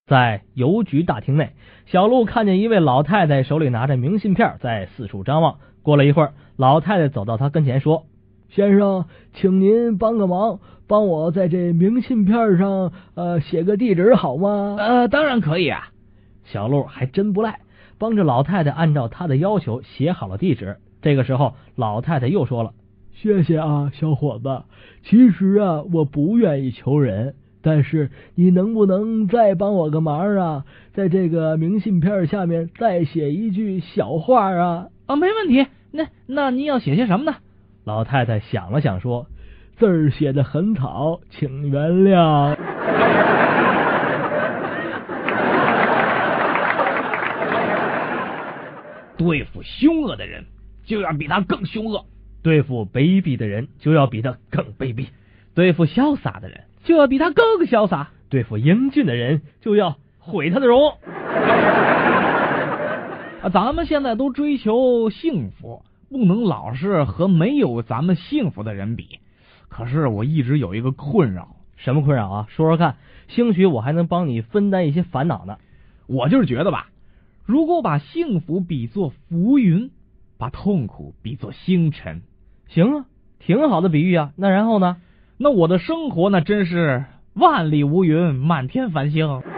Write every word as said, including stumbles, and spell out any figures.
在邮局大厅内，小鹿看见一位老太太手里拿着明信片在四处张望。过了一会儿，老太太走到他跟前说：先生，请您帮个忙，帮我在这明信片上呃写个地址好吗？ 呃，当然可以啊。 小鹿还真不赖，帮着老太太按照她的要求写好了地址。这个时候，老太太又说了：谢谢啊，小伙子，其实啊，我不愿意求人，但是你能不能再帮我个忙啊？在这个明信片下面再写一句小话啊？ 啊，没问题。那那您要写些什么呢？ 老太太想了想说：字儿写得很草，请原谅。 对付凶恶的人，就要比他更凶恶； 对付卑鄙的人，就要比他更卑鄙； 对付潇洒的人，就要比他更潇洒； 对付英俊的人，就要毁他的容。 啊，咱们现在都追求幸福，不能老是和没有咱们幸福的人比。可是我一直有一个困扰。 什么困扰啊？说说看，兴许我还能帮你分担一些烦恼呢。 我就是觉得吧，如果把幸福比作浮云，把痛苦比作星辰， 行啊，挺好的比喻啊。那然后呢？ 那我的生活那真是万里无云，满天繁星。